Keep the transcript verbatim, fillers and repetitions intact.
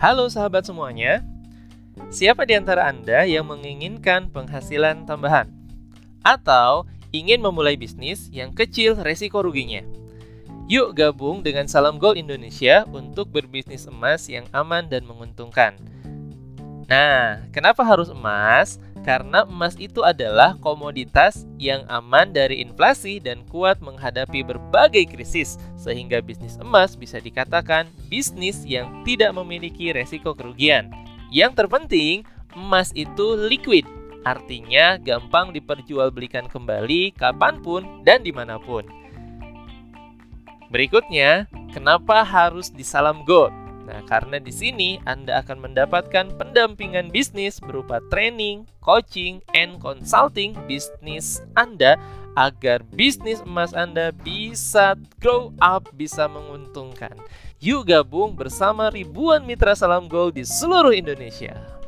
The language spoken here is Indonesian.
Halo sahabat semuanya, siapa di antara Anda yang menginginkan penghasilan tambahan? Atau ingin memulai bisnis yang kecil resiko ruginya? Yuk gabung dengan Salam Gold Indonesia untuk berbisnis emas yang aman dan menguntungkan. Nah, kenapa harus emas? Karena emas itu adalah komoditas yang aman dari inflasi dan kuat menghadapi berbagai krisis, sehingga bisnis emas bisa dikatakan bisnis yang tidak memiliki resiko kerugian. Yang terpenting, emas itu liquid, artinya gampang diperjualbelikan kembali kapanpun dan dimanapun. Berikutnya, kenapa harus di Salam Gold? Nah, karena di sini Anda akan mendapatkan pendampingan bisnis berupa training, coaching, and consulting bisnis Anda agar bisnis emas Anda bisa grow up, bisa menguntungkan. Yuk gabung bersama ribuan mitra Salam Gold di seluruh Indonesia.